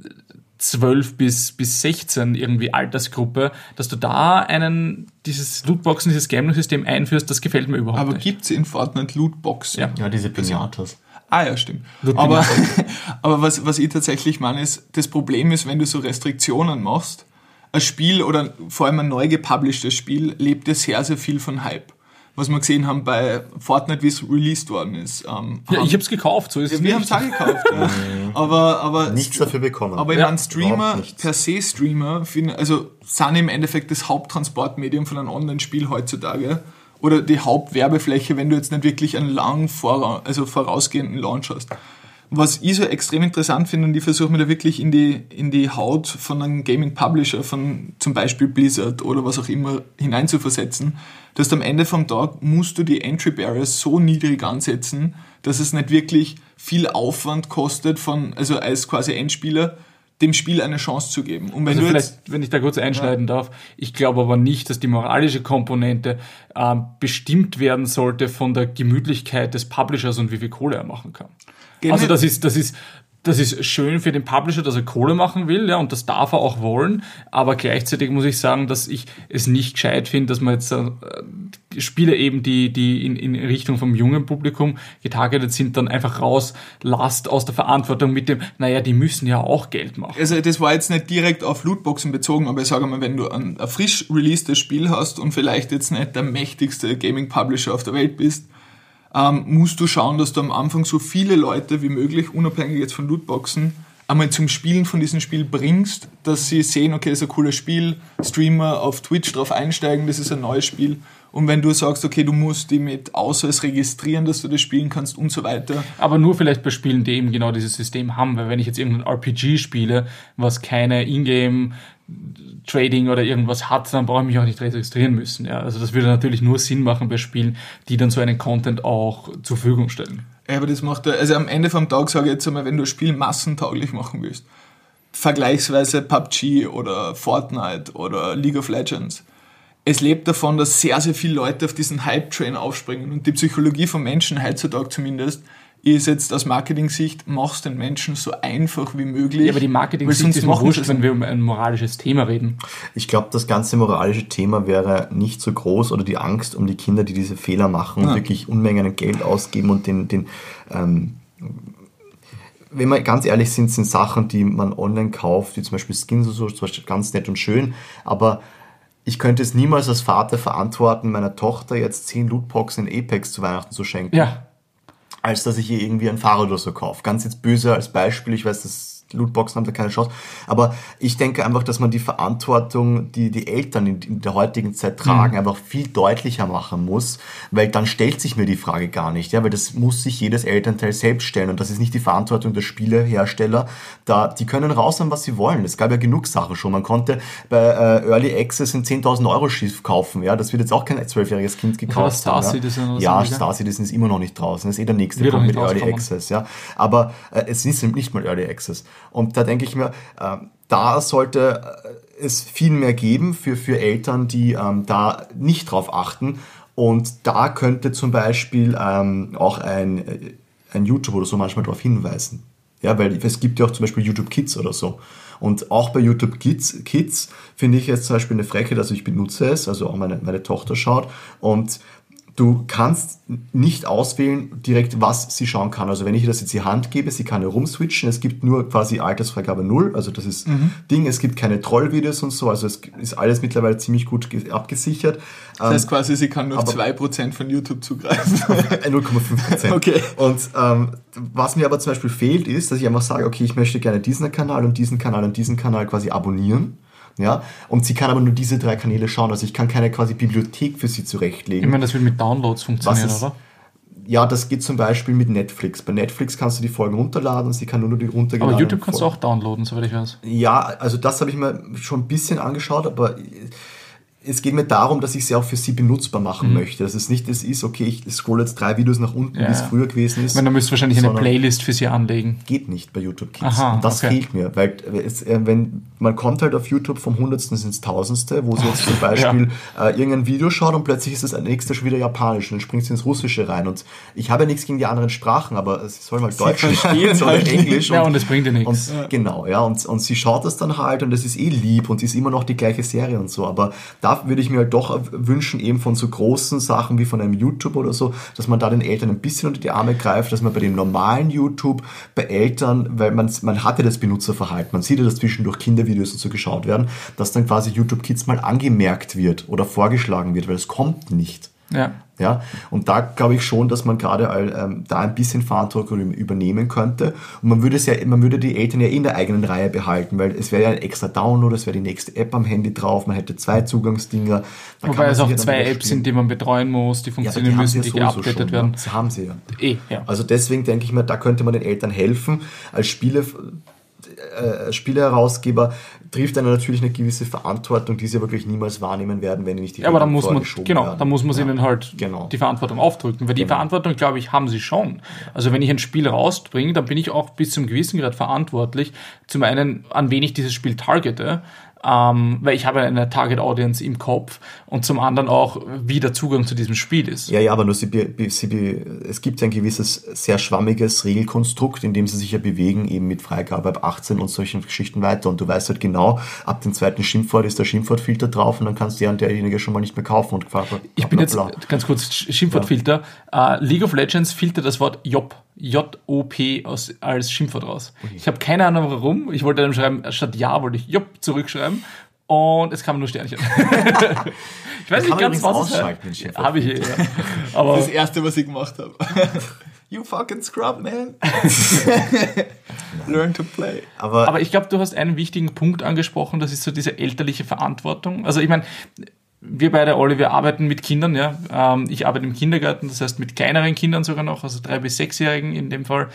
D: zwölf bis, bis sechzehn irgendwie Altersgruppe, dass du da einen, dieses Lootboxen, dieses Gambling-System einführst, das gefällt mir überhaupt
C: Aber
D: nicht.
C: gibt es in Fortnite Lootboxen?
D: Ja.
A: Ja, diese Pinatas.
C: Ah ja, stimmt.
D: Loot
C: Aber, aber was, was ich tatsächlich meine, ist, das Problem ist, wenn du so Restriktionen machst, ein Spiel oder vor allem ein neu gepublishtes Spiel lebt ja sehr, sehr viel von Hype. Was wir gesehen haben bei Fortnite, wie es released worden ist. Ähm,
D: Ja,
C: haben-
D: ich habe es gekauft, so ist es
C: ja, wir haben
D: nicht.
C: es auch gekauft. Ja. Aber, aber
A: Nichts dafür bekommen.
C: Aber ich
D: Ja,
C: meine, Streamer,
A: überhaupt nichts.
C: per se Streamer, finden, also sind im Endeffekt das Haupttransportmedium von einem Online-Spiel heutzutage. Oder die Hauptwerbefläche, wenn du jetzt nicht wirklich einen lang vora, also vorausgehenden Launch hast. Was ich so extrem interessant finde, und ich versuche mir da wirklich in die, in die Haut von einem Gaming-Publisher, von zum Beispiel Blizzard oder was auch immer, hineinzuversetzen, dass am Ende vom Tag musst du die Entry-Barriers so niedrig ansetzen, dass es nicht wirklich viel Aufwand kostet, von, also als quasi Endspieler, dem Spiel eine Chance zu geben. Und wenn
D: Also
C: du
D: vielleicht,
C: jetzt,
D: wenn ich da kurz einschneiden darf, ich glaube aber nicht, dass die moralische Komponente ähm, bestimmt werden sollte von der Gemütlichkeit des Publishers und wie viel Kohle er machen kann.
C: Geh
D: Also
C: nicht-
D: das ist, das ist, das ist schön für den Publisher, dass er Kohle machen will, ja, und das darf er auch wollen, aber gleichzeitig muss ich sagen, dass ich es nicht gescheit finde, dass man jetzt äh, Spiele eben, die, die in, in Richtung vom jungen Publikum getargetet sind, dann einfach rauslasst aus der Verantwortung mit dem, naja, die müssen ja auch Geld machen.
C: also das war jetzt nicht direkt auf Lootboxen bezogen, aber ich sage mal, wenn du ein, ein frisch releasedes Spiel hast und vielleicht jetzt nicht der mächtigste Gaming-Publisher auf der Welt bist, ähm, musst du schauen, dass du am Anfang so viele Leute wie möglich, unabhängig jetzt von Lootboxen, einmal zum Spielen von diesem Spiel bringst, dass sie sehen, okay, das ist ein cooles Spiel, Streamer auf Twitch drauf einsteigen, das ist ein neues Spiel. Und wenn du sagst, okay, du musst die mit Ausweis registrieren, dass du das spielen kannst und so weiter.
D: Aber nur vielleicht bei Spielen, die eben genau dieses System haben, weil wenn ich jetzt irgendein R P G spiele, was keine Ingame Trading oder irgendwas hat, dann brauche ich mich auch nicht registrieren müssen. Ja? Also das würde natürlich nur Sinn machen bei Spielen, die dann so einen Content auch zur Verfügung stellen.
C: Ja, aber das macht, also am Ende vom Tag sage ich jetzt einmal, wenn du ein Spiel massentauglich machen willst, vergleichsweise P U B G oder Fortnite oder League of Legends, es lebt davon, dass sehr, sehr viele Leute auf diesen Hype-Train aufspringen. Und die Psychologie von Menschen heutzutage zumindest ist jetzt aus Marketing-Sicht, machst den Menschen so einfach wie möglich.
D: Ja, aber die Marketing-Sicht ist mir wurscht, wenn wir um ein moralisches Thema reden.
A: Ich glaube, das ganze moralische Thema wäre nicht so groß oder die Angst um die Kinder, die diese Fehler machen und ja. wirklich Unmengen an Geld ausgeben und den, den ähm, wenn wir ganz ehrlich sind, sind Sachen, die man online kauft, wie zum Beispiel Skins und so, zum Beispiel ganz nett und schön, aber ich könnte es niemals als Vater verantworten, meiner Tochter jetzt zehn Lootboxen in Apex zu Weihnachten zu schenken.
D: Ja.
A: Als dass ich ihr irgendwie ein Fahrrad oder so kaufe. Ganz jetzt böse als Beispiel, ich weiß, dass Lootboxen haben da keine Chance, aber ich denke einfach, dass man die Verantwortung, die die Eltern in, in der heutigen Zeit tragen, mhm. einfach viel deutlicher machen muss, weil dann stellt sich mir die Frage gar nicht, ja, weil das muss sich jedes Elternteil selbst stellen und das ist nicht die Verantwortung der Spielehersteller, da, die können raushauen, was sie wollen. Es gab ja genug Sachen schon, man konnte bei äh, Early Access ein zehntausend Euro Schiff kaufen, ja, das wird jetzt auch kein zwölfjähriges Kind gekauft
D: Star
A: haben.
D: Citizen
A: ja, ja Star Citizen ist immer noch nicht draußen, das ist eh der nächste Punkt mit Early Access, ja, aber äh, es ist nicht mal Early Access. Und da denke ich mir, äh, da sollte es viel mehr geben für, für Eltern, die ähm, da nicht drauf achten. Und da könnte zum Beispiel ähm, auch ein, ein YouTube oder so manchmal darauf hinweisen. Ja, weil es gibt ja auch zum Beispiel YouTube Kids oder so. Und auch bei YouTube Kids, Kids finde ich jetzt zum Beispiel eine Frechheit, also ich benutze es, also auch meine, meine Tochter schaut und du kannst nicht auswählen direkt, was sie schauen kann. Also wenn ich ihr das jetzt die Hand gebe, sie kann ja rumswitchen. Es gibt nur quasi Altersfreigabe null, also das ist mhm. Ding. Es gibt keine Trollvideos und so, also es ist alles mittlerweile ziemlich gut abgesichert.
C: Das heißt quasi, sie kann nur auf zwei Prozent von YouTube zugreifen.
A: null Komma fünf Prozent.
C: Okay.
A: Und ähm, was mir aber zum Beispiel fehlt, ist, dass ich einfach sage, okay, ich möchte gerne diesen Kanal und diesen Kanal und diesen Kanal quasi abonnieren. Ja, und sie kann aber nur diese drei Kanäle schauen. Also ich kann keine quasi Bibliothek für sie zurechtlegen.
D: Ich meine, das wird mit Downloads funktionieren, ist, oder?
A: Ja, das geht zum Beispiel mit Netflix. Bei Netflix kannst du die Folgen runterladen und sie kann nur die runtergeladen.
D: Aber YouTube kannst Folgen. Du auch downloaden, soweit ich weiß.
A: Ja, also das habe ich mir schon ein bisschen angeschaut, aber es geht mir darum, dass ich sie auch für sie benutzbar machen mhm. möchte. Dass es nicht das ist, okay, ich scrolle jetzt drei Videos nach unten, ja. wie es früher gewesen ist.
D: Ich meine, du müsst wahrscheinlich eine Playlist für sie anlegen.
A: Geht nicht bei YouTube Kids.
D: Aha,
A: und das
D: okay.
A: fehlt mir, weil es, wenn man kommt halt auf YouTube vom Hundertsten ins Tausendste, wo sie jetzt zum Beispiel ja. äh, irgendein Video schaut und plötzlich ist das nächste schon wieder Japanisch und dann springt sie ins Russische rein. Und ich habe ja nichts gegen die anderen Sprachen, aber sie soll mal Deutsch verstehen oder halt Englisch.
D: Ja, und, und das bringt ja nichts.
A: Und, ja. Genau, ja. Und, und sie schaut das dann halt und das ist eh lieb und ist immer noch die gleiche Serie und so. Aber da würde ich mir halt doch wünschen, eben von so großen Sachen wie von einem YouTube oder so, dass man da den Eltern ein bisschen unter die Arme greift, dass man bei dem normalen YouTube, bei Eltern, weil man, man hat ja das Benutzerverhalten, man sieht ja, dass zwischendurch Kindervideos und so geschaut werden, dass dann quasi YouTube Kids mal angemerkt wird oder vorgeschlagen wird, weil es kommt nicht.
D: Ja.
A: Ja, und da glaube ich schon, dass man gerade ähm, da ein bisschen Verantwortung übernehmen könnte. Und man würde es ja, man würde die Eltern ja in der eigenen Reihe behalten, weil es wäre ja ein extra Download, es wäre die nächste App am Handy drauf, man hätte zwei Zugangsdinger.
D: Da Wobei es auch zwei Apps sind, die man betreuen muss, die funktionieren ja, die müssen, die geupdatet schon, werden.
A: Das haben sie ja.
D: Eh, ja.
A: Also deswegen denke ich mir, da könnte man den Eltern helfen. Als Spiele, äh, Spieleherausgeber trifft einer natürlich eine gewisse Verantwortung, die sie wirklich niemals wahrnehmen werden, wenn die nicht die
D: ja, aber dann muss man genau,
A: werden.
D: dann muss man ja. ihnen halt
A: genau.
D: die Verantwortung aufdrücken, weil die
A: genau.
D: Verantwortung, glaube ich, haben sie schon. Also wenn ich ein Spiel rausbringe, dann bin ich auch bis zum gewissen Grad verantwortlich, zum einen, an wen ich dieses Spiel targete, ähm, weil ich habe eine Target Audience im Kopf und zum anderen auch, wie der Zugang zu diesem Spiel ist.
A: Ja, ja, aber nur sie, sie, es gibt ja ein gewisses, sehr schwammiges Regelkonstrukt, in dem sie sich ja bewegen, eben mit Freigabe ab achtzehn und solchen Geschichten weiter. Und du weißt halt genau, ab dem zweiten Schimpfwort ist der Schimpfwortfilter drauf und dann kannst du der und derjenige schon mal nicht mehr kaufen. Und bla, bla,
D: ich bin bla, bla. jetzt, ganz kurz, Schimpfwortfilter. Ja. Uh, League of Legends filtert das Wort Job. J O P aus, als Schimpfwort raus. Okay. Ich habe keine Ahnung warum. Ich wollte dann schreiben, statt Ja wollte ich Job zurückschreiben und es kam nur Sternchen. Ich weiß nicht ganz, was es heißt. Habe ich eh, ja. Aber
C: das erste, was ich gemacht habe. You fucking scrub, man. Learn to play.
D: Aber, Aber ich glaube, du hast einen wichtigen Punkt angesprochen, das ist so diese elterliche Verantwortung. Also ich meine, wir beide, Olli, wir arbeiten mit Kindern, ja. Ich arbeite im Kindergarten, das heißt mit kleineren Kindern sogar noch, also drei- bis sechsjährigen in dem Fall.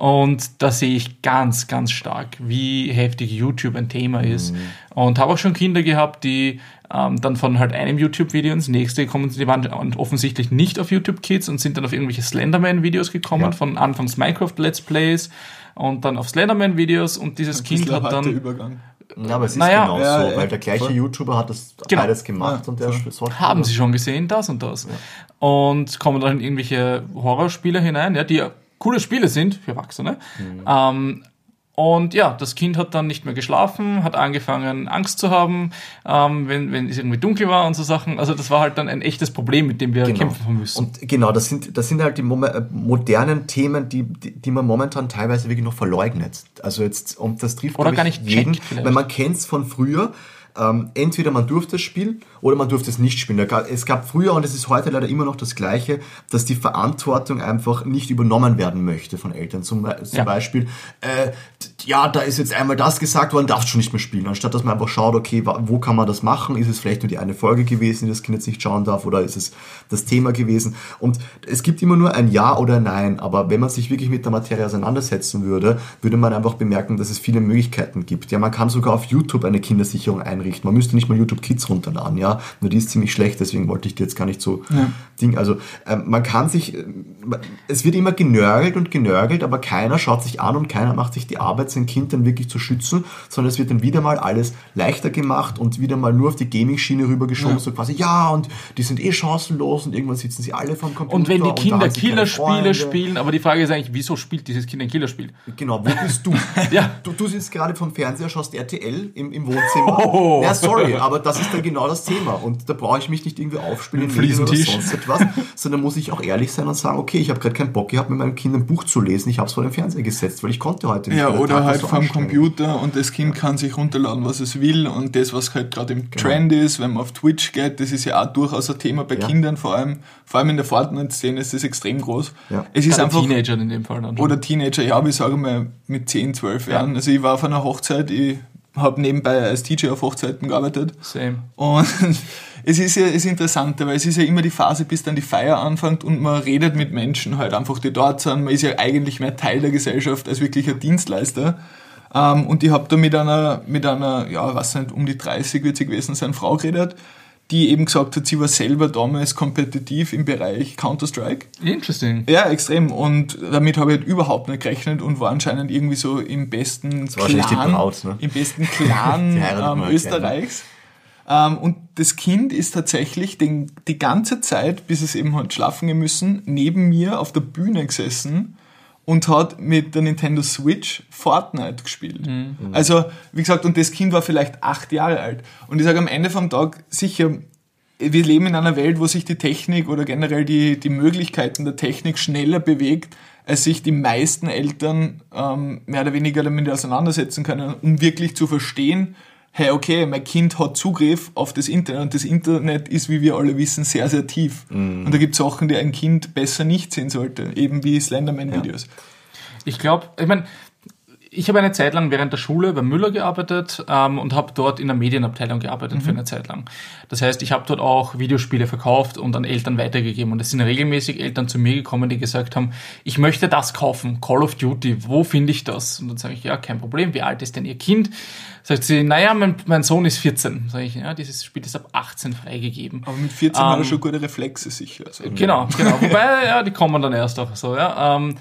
D: Und da sehe ich ganz, ganz stark, wie heftig YouTube ein Thema ist. Mhm. Und habe auch schon Kinder gehabt, die ähm, dann von halt einem YouTube-Video ins nächste kommen, die waren offensichtlich nicht auf YouTube Kids und sind dann auf irgendwelche Slenderman-Videos gekommen, ja. von anfangs Minecraft-Let's Plays und dann auf Slenderman-Videos und dieses ein Kind hat dann...
C: Übergang.
A: Ja, aber es ist
D: naja,
A: genau
C: ja,
A: so,
C: ja,
A: weil der gleiche
C: voll.
A: YouTuber hat das
D: genau.
A: beides gemacht
C: ja,
A: und der
C: voll.
D: Haben sie schon gesehen, das und das. Ja. Und kommen dann in irgendwelche Horrorspiele hinein, ja, die ja coole Spiele sind für Erwachsene. Mhm. Ähm, und ja, das Kind hat dann nicht mehr geschlafen, hat angefangen Angst zu haben, ähm, wenn, wenn es irgendwie dunkel war und so Sachen. Also das war halt dann ein echtes Problem, mit dem wir
A: genau.
D: kämpfen müssen.
A: Und genau, das sind, das sind halt die mo- modernen Themen, die, die, die man momentan teilweise wirklich noch verleugnet. Also jetzt, und das trifft
D: Oder gar nicht
A: jeden,
D: checkt,
A: weil man kennt es von früher. Ähm, entweder man durfte es spielen oder man durfte es nicht spielen. Es gab früher, und es ist heute leider immer noch das Gleiche, dass die Verantwortung einfach nicht übernommen werden möchte von Eltern. Zum, zum ja. Beispiel, äh, ja, da ist jetzt einmal das gesagt worden, darfst du schon nicht mehr spielen. Anstatt dass man einfach schaut, okay, wo kann man das machen? Ist es vielleicht nur die eine Folge gewesen, die das Kind jetzt nicht schauen darf, oder ist es das Thema gewesen? Und es gibt immer nur ein Ja oder ein Nein, aber wenn man sich wirklich mit der Materie auseinandersetzen würde, würde man einfach bemerken, dass es viele Möglichkeiten gibt. Ja, man kann sogar auf YouTube eine Kindersicherung einrichten. Man müsste nicht mal YouTube Kids runterladen, ja. Nur die ist ziemlich schlecht, deswegen wollte ich dir jetzt gar nicht so ja. Ding. Also ähm, man kann sich, äh, es wird immer genörgelt und genörgelt, aber keiner schaut sich an und keiner macht sich die Arbeit, sein Kind dann wirklich zu schützen, sondern es wird dann wieder mal alles leichter gemacht und wieder mal nur auf die Gaming-Schiene rübergeschoben, ja. so quasi, ja, und die sind eh chancenlos und irgendwann sitzen sie alle vom Computer.
D: Und wenn die Kinder Killerspiele spielen, aber die Frage ist eigentlich, wieso spielt dieses Kind ein Killerspiel?
A: Genau, wo bist du?
D: ja.
A: du? Du sitzt gerade vom Fernseher, schaust R T L im, im Wohnzimmer. Oh. Ja, sorry, aber das ist dann genau das Thema. Und da brauche ich mich nicht irgendwie aufspielen
D: mit Medien oder
A: sonst etwas, sondern muss ich auch ehrlich sein und sagen, okay, ich habe gerade keinen Bock gehabt, mit meinem Kind ein Buch zu lesen, ich habe es vor den Fernseher gesetzt, weil ich konnte heute nicht.
C: Ja, oder Tag halt so vom Computer und das Kind kann sich runterladen, was es will und das, was halt gerade im genau. Trend ist, wenn man auf Twitch geht, das ist ja auch durchaus ein Thema bei ja. Kindern, vor allem vor allem in der Fortnite-Szene ist das extrem groß.
A: Ja.
C: Es ist einfach,
D: Teenager in dem Fall dann.
C: Oder Teenager, ja, aber ich sage mal mit zehn, zwölf ja. Jahren. Also ich war auf einer Hochzeit, ich habe nebenbei als D J auf Hochzeiten gearbeitet.
D: Same.
C: Und es ist ja ist interessant, weil es ist ja immer die Phase, bis dann die Feier anfängt und man redet mit Menschen halt einfach, die dort sind. Man ist ja eigentlich mehr Teil der Gesellschaft als wirklich ein Dienstleister. Um, und ich habe da mit einer, mit einer, ja, was nicht, um die dreißig wird sie gewesen sein, Frau geredet, die eben gesagt hat, sie war selber damals kompetitiv im Bereich Counter-Strike.
D: Interesting.
C: Ja, extrem. Und damit habe ich halt überhaupt nicht gerechnet und war anscheinend irgendwie so im besten
A: das Clan, die Braut, ne?
C: im besten Clan ähm, Österreichs. Ähm, und das Kind ist tatsächlich den, die ganze Zeit, bis es eben hat schlafen gehen müssen, neben mir auf der Bühne gesessen und hat mit der Nintendo Switch Fortnite gespielt. Mhm. Also, wie gesagt, und das Kind war vielleicht acht Jahre alt. Und ich sage am Ende vom Tag, sicher, wir leben in einer Welt, wo sich die Technik oder generell die, die Möglichkeiten der Technik schneller bewegt, als sich die meisten Eltern ähm, mehr oder weniger damit auseinandersetzen können, um wirklich zu verstehen, hey, okay, mein Kind hat Zugriff auf das Internet und das Internet ist, wie wir alle wissen, sehr, sehr tief. Mm. Und da gibt es Sachen, die ein Kind besser nicht sehen sollte, eben wie Slenderman-Videos.
D: Ja. Ich glaube, ich meine, ich habe eine Zeit lang während der Schule bei Müller gearbeitet ähm, und habe dort in der Medienabteilung gearbeitet mhm. für eine Zeit lang. Das heißt, ich habe dort auch Videospiele verkauft und an Eltern weitergegeben. Und es sind regelmäßig Eltern zu mir gekommen, die gesagt haben, ich möchte das kaufen, Call of Duty, wo finde ich das? Und dann sage ich, ja, kein Problem, wie alt ist denn Ihr Kind? Sagt sie, naja, mein, mein Sohn ist vierzehn. Sag ich, ja, dieses Spiel ist ab achtzehn freigegeben.
C: Aber mit vierzehn ähm, hat er schon gute Reflexe sicher. Also,
D: genau, genau. Wobei, ja, die kommen dann erst auch so, ja. Ähm,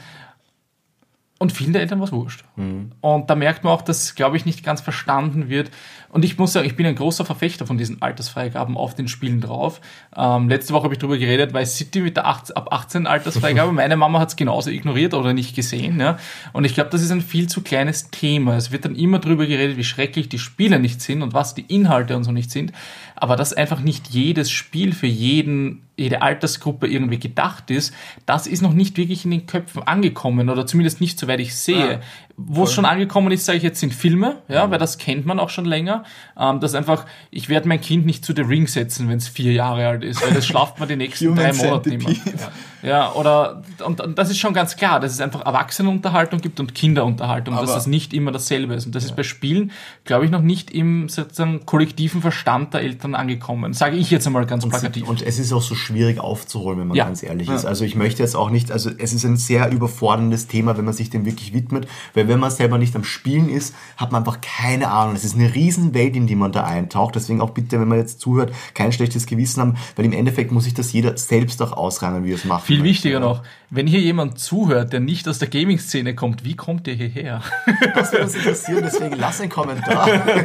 D: Und vielen der Eltern war es wurscht. Mhm. Und da merkt man auch, dass, glaube ich, nicht ganz verstanden wird. Und ich muss sagen, ich bin ein großer Verfechter von diesen Altersfreigaben auf den Spielen drauf. Ähm, letzte Woche habe ich darüber geredet, Vice City mit der acht, ab achtzehn Altersfreigabe. Meine Mama hat es genauso ignoriert oder nicht gesehen. Ja? Und ich glaube, das ist ein viel zu kleines Thema. Es wird dann immer darüber geredet, wie schrecklich die Spiele nicht sind und was die Inhalte und so nicht sind. Aber dass einfach nicht jedes Spiel für jeden, jede Altersgruppe irgendwie gedacht ist, das ist noch nicht wirklich in den Köpfen angekommen oder zumindest nicht, soweit ich sehe. Ja. wo es schon angekommen ist, sage ich jetzt, sind Filme, ja, mhm. weil das kennt man auch schon länger. Ähm, das einfach, ich werde mein Kind nicht zu The Ring setzen, wenn es vier Jahre alt ist, weil das schlaft man die nächsten drei Monate nicht mehr. Ja. ja, oder, und, und das ist schon ganz klar, dass es einfach Erwachsenenunterhaltung gibt und Kinderunterhaltung, aber dass das nicht immer dasselbe ist. Und das ja. ist bei Spielen, glaube ich, noch nicht im sozusagen kollektiven Verstand der Eltern angekommen. Sage ich jetzt einmal ganz
A: und
D: plakativ.
A: Und es ist auch so schwierig aufzuholen, wenn man
D: ja.
A: ganz ehrlich
D: ja.
A: ist. Also ich möchte jetzt auch nicht, also es ist ein sehr überforderndes Thema, wenn man sich dem wirklich widmet, weil wenn man selber nicht am Spielen ist, hat man einfach keine Ahnung. Es ist eine Riesenwelt, in die man da eintaucht. Deswegen auch bitte, wenn man jetzt zuhört, kein schlechtes Gewissen haben, weil im Endeffekt muss sich das jeder selbst auch ausreimen, wie er es macht.
D: Viel wichtiger ja. noch, wenn hier jemand zuhört, der nicht aus der Gaming-Szene kommt, wie kommt der hierher?
A: Das würde uns interessieren, deswegen lass einen Kommentar.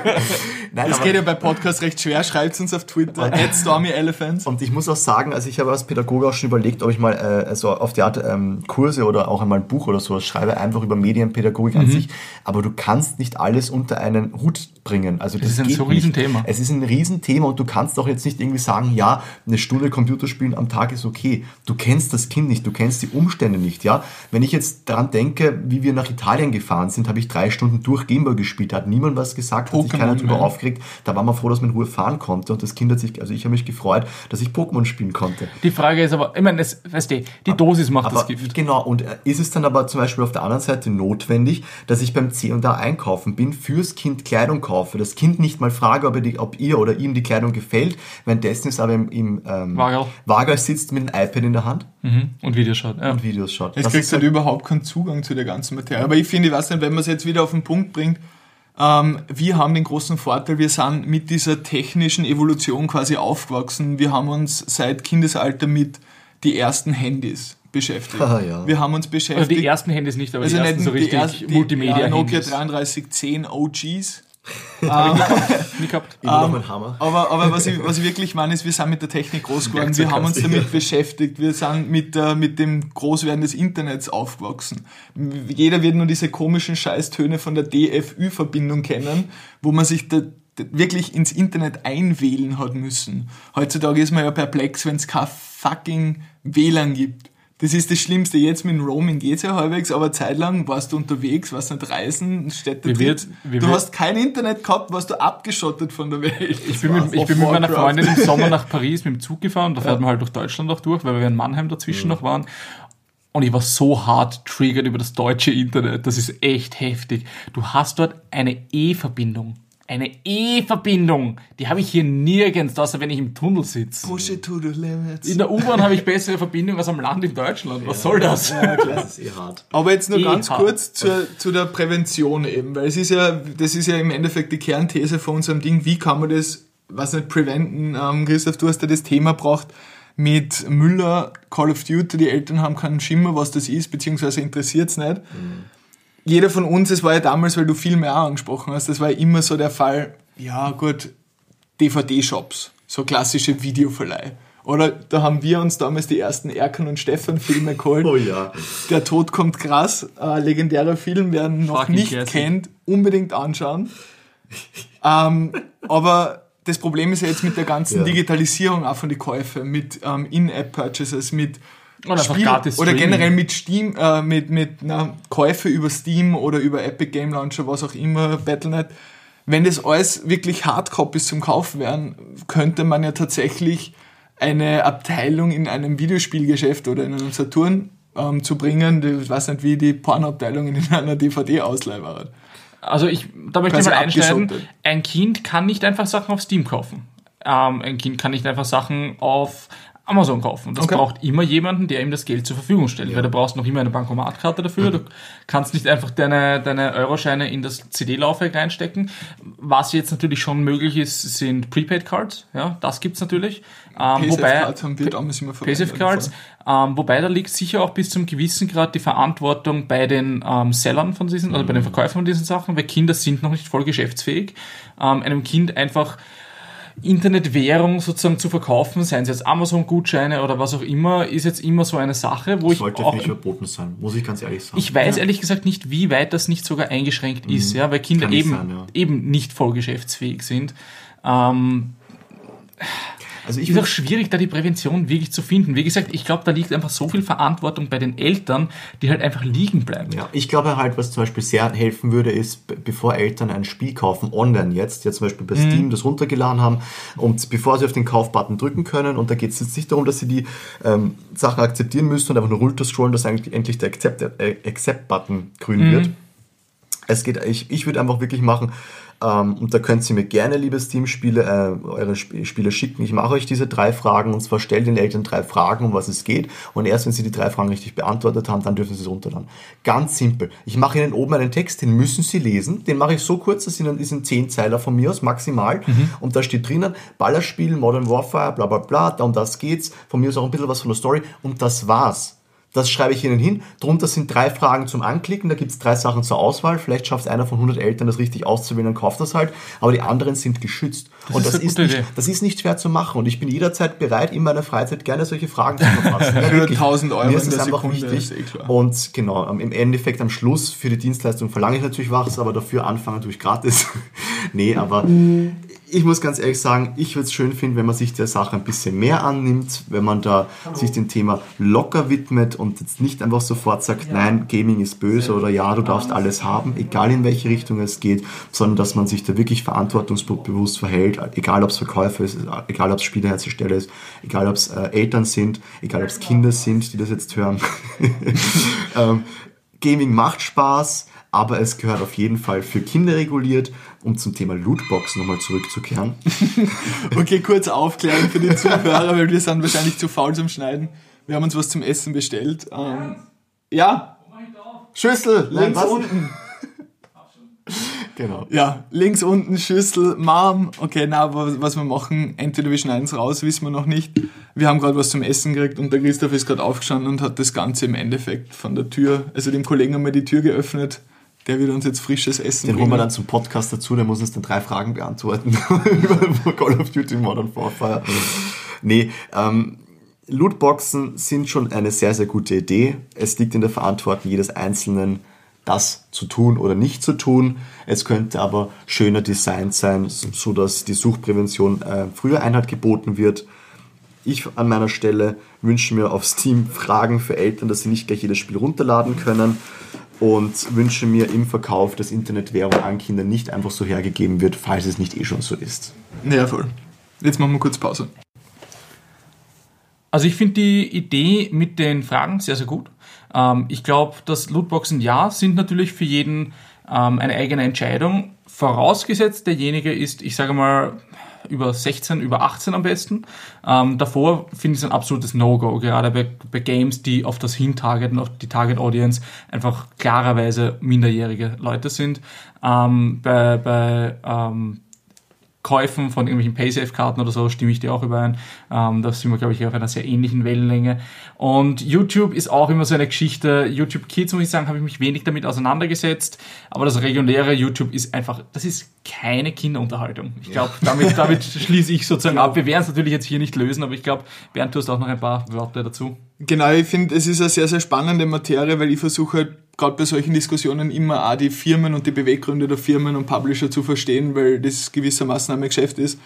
C: Nein, das geht ja bei Podcasts recht schwer, schreibt uns auf Twitter, at Stormy Elephants.
A: Und ich muss auch sagen, also ich habe als Pädagoge auch schon überlegt, ob ich mal äh, also auf die Art ähm, Kurse oder auch einmal ein Buch oder sowas schreibe, einfach über Medienpädagogik an mhm. sich. Aber du kannst nicht alles unter einen Hut bringen. Also das,
D: das ist ein
A: geht
D: so Riesenthema.
A: Nicht. Es ist ein Riesenthema und du kannst auch jetzt nicht irgendwie sagen, ja, eine Stunde Computerspielen am Tag ist okay. Du kennst das Kind nicht, du kennst die Umstände nicht, ja. Wenn ich jetzt daran denke, wie wir nach Italien gefahren sind, habe ich drei Stunden durch Gameboy gespielt, da hat niemand was gesagt, Pokémon, hat sich keiner drüber aufgeregt. Da war man froh, dass man in Ruhe fahren konnte und das Kind hat sich, also ich habe mich gefreut, dass ich Pokémon spielen konnte.
D: Die Frage ist aber, ich meine, das, weißt du, die Dosis macht
A: aber,
D: das Gift.
A: Genau, und ist es dann aber zum Beispiel auf der anderen Seite notwendig, dass ich beim C und A einkaufen bin, fürs Kind Kleidung kaufe, das Kind nicht mal frage, ob, er die, ob ihr oder ihm die Kleidung gefällt, währenddessen ist aber im, im ähm, Wagerl sitzt mit einem iPad in der Hand
D: mhm. und Videos schaut. Ja.
A: Und Videos schaut.
C: Jetzt kriegst du halt überhaupt keinen Zugang zu der ganzen Materie. Aber ich finde, ich weiß nicht, wenn man es jetzt wieder auf den Punkt bringt, ähm, wir haben den großen Vorteil, wir sind mit dieser technischen Evolution quasi aufgewachsen. Wir haben uns seit Kindesalter mit die ersten Handys beschäftigt.
A: Ah, ja.
C: Wir haben uns beschäftigt.
D: Also die ersten Handys nicht, aber
C: also
D: die ersten so richtig
C: ersten,
D: Multimedia-Handys.
C: Nokia dreiunddreißig zehn O Gs.
D: ähm, nie gehabt.
A: Immer noch ein Hammer.
C: Aber, aber was, ich, was ich wirklich meine, ist, wir sind mit der Technik groß geworden, wir haben uns damit beschäftigt, wir sind mit, äh, mit dem Großwerden des Internets aufgewachsen. Jeder wird nur diese komischen Scheißtöne von der D F Ü-Verbindung kennen, wo man sich da wirklich ins Internet einwählen hat müssen. Heutzutage ist man ja perplex, wenn es kein fucking W L A N gibt. Das ist das Schlimmste. Jetzt mit dem Roaming geht's ja halbwegs, aber zeitlang warst du unterwegs, warst nicht reisen, Städte.
D: Wie wird, wie
C: du
D: wird,
C: hast kein Internet gehabt, warst du abgeschottet von der Welt.
D: Ich bin, mit, ich bin mit meiner Freundin im Sommer nach Paris mit dem Zug gefahren, da fährt man halt durch Deutschland auch durch, weil wir in Mannheim dazwischen ja. noch waren. Und ich war so hart triggert über das deutsche Internet, das ist echt heftig. Du hast dort eine E-Verbindung. Eine E-Verbindung, die habe ich hier nirgends, außer wenn ich im Tunnel sitze.
C: Push it to the limits.
D: In der U-Bahn habe ich bessere Verbindung als am Land in Deutschland. Was ja, soll das?
A: Ja, klar, das ist eh hart.
C: Aber jetzt nur
D: eh
C: ganz
D: hart.
C: kurz zur, zu der Prävention eben, weil es ist ja, das ist ja im Endeffekt die Kernthese von unserem Ding. Wie kann man das, was nicht preventen? Ähm, Christoph, du hast ja das Thema gebracht mit Müller, Call of Duty. Die Eltern haben keinen Schimmer, was das ist, beziehungsweise interessiert es nicht. Mhm. Jeder von uns, es war ja damals, weil du viel mehr angesprochen hast, das war ja immer so der Fall, ja gut, D V D-Shops, so klassische Videoverleih. Oder da haben wir uns damals die ersten Erkan und Stefan Filme geholt.
A: Oh ja.
C: Der Tod kommt krass, äh, legendärer Film, wer ihn noch
D: Fucking
C: nicht
D: classic.
C: kennt, unbedingt anschauen. ähm, aber das Problem ist ja jetzt mit der ganzen
A: ja.
C: Digitalisierung auch von den Käufen, mit ähm, In-App-Purchases, mit
D: Oder,
C: Spiel, oder generell mit Steam, äh, mit, mit na, Käufe über Steam oder über Epic Game Launcher, was auch immer, Battle Punkt net. Wenn das alles wirklich Hardcopies zum Kaufen wären, könnte man ja tatsächlich eine Abteilung in einem Videospielgeschäft oder in einem Saturn ähm, zu bringen, ich weiß nicht, wie die Pornoabteilung in einer D V D-Ausleih war.
D: Also ich, da möchte ich mal einschneiden, ein Kind kann nicht einfach Sachen auf Steam kaufen. Ähm, ein Kind kann nicht einfach Sachen auf Amazon kaufen. Das
C: okay.
D: braucht immer jemanden, der ihm das Geld zur Verfügung stellt, ja. weil du brauchst noch immer eine Bankomatkarte dafür. Mhm. Du kannst nicht einfach deine, deine Euroscheine in das C D-Laufwerk reinstecken. Was jetzt natürlich schon möglich ist, sind Prepaid-Cards. Ja, das gibt's natürlich. Ähm, wobei
C: Cards haben wir damals immer verwendet.
D: Cards. Ähm, wobei da liegt sicher auch bis zum gewissen Grad die Verantwortung bei den ähm, Sellern von diesen, mhm. also bei den Verkäufern von diesen Sachen, weil Kinder sind noch nicht voll geschäftsfähig. Ähm, einem Kind einfach Internetwährung sozusagen zu verkaufen, seien es jetzt Amazon-Gutscheine oder was auch immer, ist jetzt immer so eine Sache, wo
A: das
D: ich
A: sollte
D: auch...
A: nicht verboten sein, muss ich ganz ehrlich sagen.
D: Ich weiß
A: ja.
D: ehrlich gesagt nicht, wie weit das nicht sogar eingeschränkt mhm. ist, ja, weil Kinder eben, sein, ja. eben nicht voll geschäftsfähig sind. Ähm,
A: Also ich
D: ist auch schwierig, da die Prävention wirklich zu finden. Wie gesagt, ich glaube, da liegt einfach so viel Verantwortung bei den Eltern, die halt einfach liegen bleiben.
A: Ja, ich glaube halt, was zum Beispiel sehr helfen würde, ist, b- bevor Eltern ein Spiel kaufen, online jetzt, jetzt zum Beispiel bei Steam mhm. das runtergeladen haben, und bevor sie auf den Kaufbutton drücken können, und da geht es jetzt nicht darum, dass sie die ähm, Sachen akzeptieren müssen und einfach nur runterscrollen, dass eigentlich endlich der Accept, äh, Accept-Button grün mhm. wird. Es geht, ich, ich würde einfach wirklich machen, ähm, und da könnt ihr mir gerne, liebe Steam-Spiele, äh, eure Sp- Spiele schicken. Ich mache euch diese drei Fragen, und zwar stellt den Eltern drei Fragen, um was es geht, und erst wenn sie die drei Fragen richtig beantwortet haben, dann dürfen sie es runterladen. Ganz simpel. Ich mache ihnen oben einen Text, den müssen sie lesen, den mache ich so kurz, das sind, das sind zehn Zeiler von mir aus, maximal, mhm. und da steht drinnen, Ballerspiel, Modern Warfare, bla bla bla, da um das geht's, von mir aus auch ein bisschen was von der Story, und das war's. Das schreibe ich Ihnen hin. Drunter sind drei Fragen zum Anklicken. Da gibt es drei Sachen zur Auswahl. Vielleicht schafft einer von hundert Eltern, das richtig auszuwählen, und kauft das halt. Aber die anderen sind geschützt. Das und ist das, ist nicht, das ist nicht schwer zu machen. Und ich bin jederzeit bereit, in meiner Freizeit gerne solche Fragen zu verfassen.
C: Für tausend Euro
A: Mir ist es einfach
C: Sekunde,
A: wichtig. Eh und genau, im Endeffekt am Schluss für die Dienstleistung verlange ich natürlich was, aber dafür anfangen tue ich gratis. Nee, aber ich muss ganz ehrlich sagen, ich würde es schön finden, wenn man sich der Sache ein bisschen mehr annimmt, wenn man da Hallo. sich dem Thema locker widmet und jetzt nicht einfach sofort sagt, ja. nein, Gaming ist böse oder ja, du darfst alles haben, egal in welche Richtung es geht, sondern dass man sich da wirklich verantwortungsbewusst verhält, egal ob es Verkäufer ist, egal ob es Spielehersteller ist, egal ob es äh, Eltern sind, egal ob es Kinder sind, die das jetzt hören. ähm, Gaming macht Spaß, aber es gehört auf jeden Fall für Kinder reguliert, um zum Thema Lootbox nochmal zurückzukehren.
C: Okay, kurz aufklären für die Zuhörer, weil wir sind wahrscheinlich zu faul zum Schneiden. Wir haben uns was zum Essen bestellt. Ähm, ja,
A: Schüssel,
C: links Nein, unten.
A: Genau.
C: Ja, links unten Schüssel, Mom. Okay, na, aber was wir machen, entweder wir schneiden es raus, wissen wir noch nicht. Wir haben gerade was zum Essen gekriegt und der Christoph ist gerade aufgestanden und hat das Ganze im Endeffekt von der Tür, also dem Kollegen haben wir die Tür geöffnet. Der wird uns jetzt frisches Essen
A: Den
C: bringen.
A: holen wir dann zum Podcast dazu, der muss uns dann drei Fragen beantworten über Call of Duty Modern Warfare. Nee, ähm, Lootboxen sind schon eine sehr, sehr gute Idee. Es liegt in der Verantwortung jedes Einzelnen, das zu tun oder nicht zu tun. Es könnte aber schöner designt sein, so dass die Suchtprävention äh, früher Einhalt geboten wird. Ich an meiner Stelle wünsche mir auf Steam Fragen für Eltern, dass sie nicht gleich jedes Spiel runterladen können, und wünsche mir im Verkauf, dass Internetwährung an Kinder nicht einfach so hergegeben wird, falls es nicht eh schon so ist.
C: Ja, voll. Jetzt machen wir kurz Pause.
D: Also ich finde die Idee mit den Fragen sehr, sehr gut. Ähm, ich glaube, dass Lootboxen, ja, sind natürlich für jeden ähm, eine eigene Entscheidung. Vorausgesetzt, derjenige ist, ich sage mal, über sechzehn, über achtzehn am besten. Ähm, davor finde ich es ein absolutes No-Go, gerade bei, bei Games, die auf das Hintargeten, auf die Target-Audience einfach klarerweise minderjährige Leute sind. Ähm, bei bei ähm, Käufen von irgendwelchen Paysafe-Karten oder so stimme ich dir auch überein. Ähm, da sind wir, glaube ich, auf einer sehr ähnlichen Wellenlänge. Und YouTube ist auch immer so eine Geschichte. YouTube Kids, muss ich sagen, habe ich mich wenig damit auseinandergesetzt. Aber das reguläre YouTube ist einfach, das ist keine Kinderunterhaltung. Ich glaube, ja. damit, damit schließe ich sozusagen ab. Wir werden es natürlich jetzt hier nicht lösen, aber ich glaube, Bernd, du hast auch noch ein paar Worte dazu.
C: Genau, ich finde, es ist eine sehr, sehr spannende Materie, weil ich versuche halt gerade bei solchen Diskussionen immer auch die Firmen und die Beweggründe der Firmen und Publisher zu verstehen, weil das gewissermaßen ein Geschäft ist.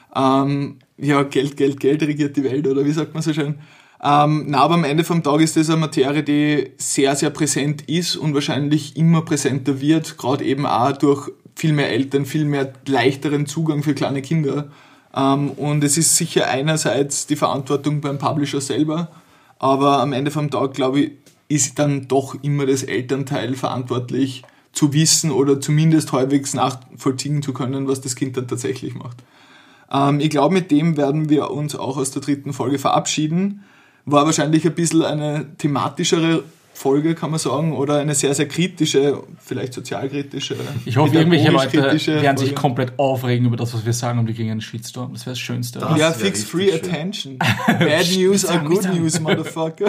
C: Ähm, ja, Geld, Geld, Geld regiert die Welt, oder wie sagt man so schön? Ähm, na, aber am Ende vom Tag ist das eine Materie, die sehr, sehr präsent ist und wahrscheinlich immer präsenter wird, gerade eben auch durch viel mehr Eltern, viel mehr leichteren Zugang für kleine Kinder. Ähm, und es ist sicher einerseits die Verantwortung beim Publisher selber, aber am Ende vom Tag, glaube ich, ist dann doch immer das Elternteil verantwortlich, zu wissen oder zumindest halbwegs nachvollziehen zu können, was das Kind dann tatsächlich macht. Ähm, ich glaube, mit dem werden wir uns auch aus der dritten Folge verabschieden. War wahrscheinlich ein bisschen eine thematischere Folge, kann man sagen, oder eine sehr, sehr kritische, vielleicht sozialkritische.
D: Ich hoffe, irgendwelche Leute werden
C: Folge.
D: sich komplett aufregen über das, was wir sagen, und wir kriegen einen Shitstorm. Das wäre das Schönste.
C: Das ja, fix free schön. Attention. Bad News are good news, motherfucker.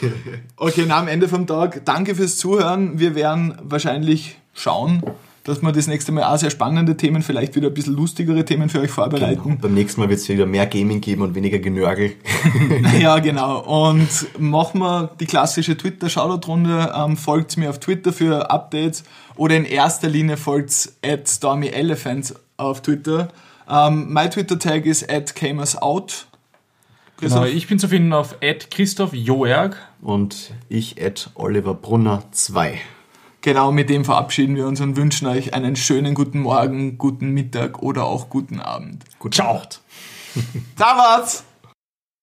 C: Okay, na, am Ende vom Tag, danke fürs Zuhören. Wir werden wahrscheinlich schauen, dass wir das nächste Mal auch sehr spannende Themen, vielleicht wieder ein bisschen lustigere Themen für euch vorbereiten.
A: Genau. Beim nächsten Mal wird es wieder mehr Gaming geben und weniger Genörgel.
C: Ja, genau. Und machen wir die klassische Twitter-Shoutout-Runde. Ähm, folgt mir auf Twitter für Updates oder in erster Linie folgt at StormyElephants auf Twitter. Ähm, mein Twitter-Tag ist at camersout.
D: Genau, ich bin zu finden auf at Christoph Joerg.
A: Und ich at Oliver Brunner zwei.
C: Genau, mit dem verabschieden wir uns und wünschen euch einen schönen guten Morgen, guten Mittag oder auch guten Abend.
A: Gute Nacht.
C: Servus!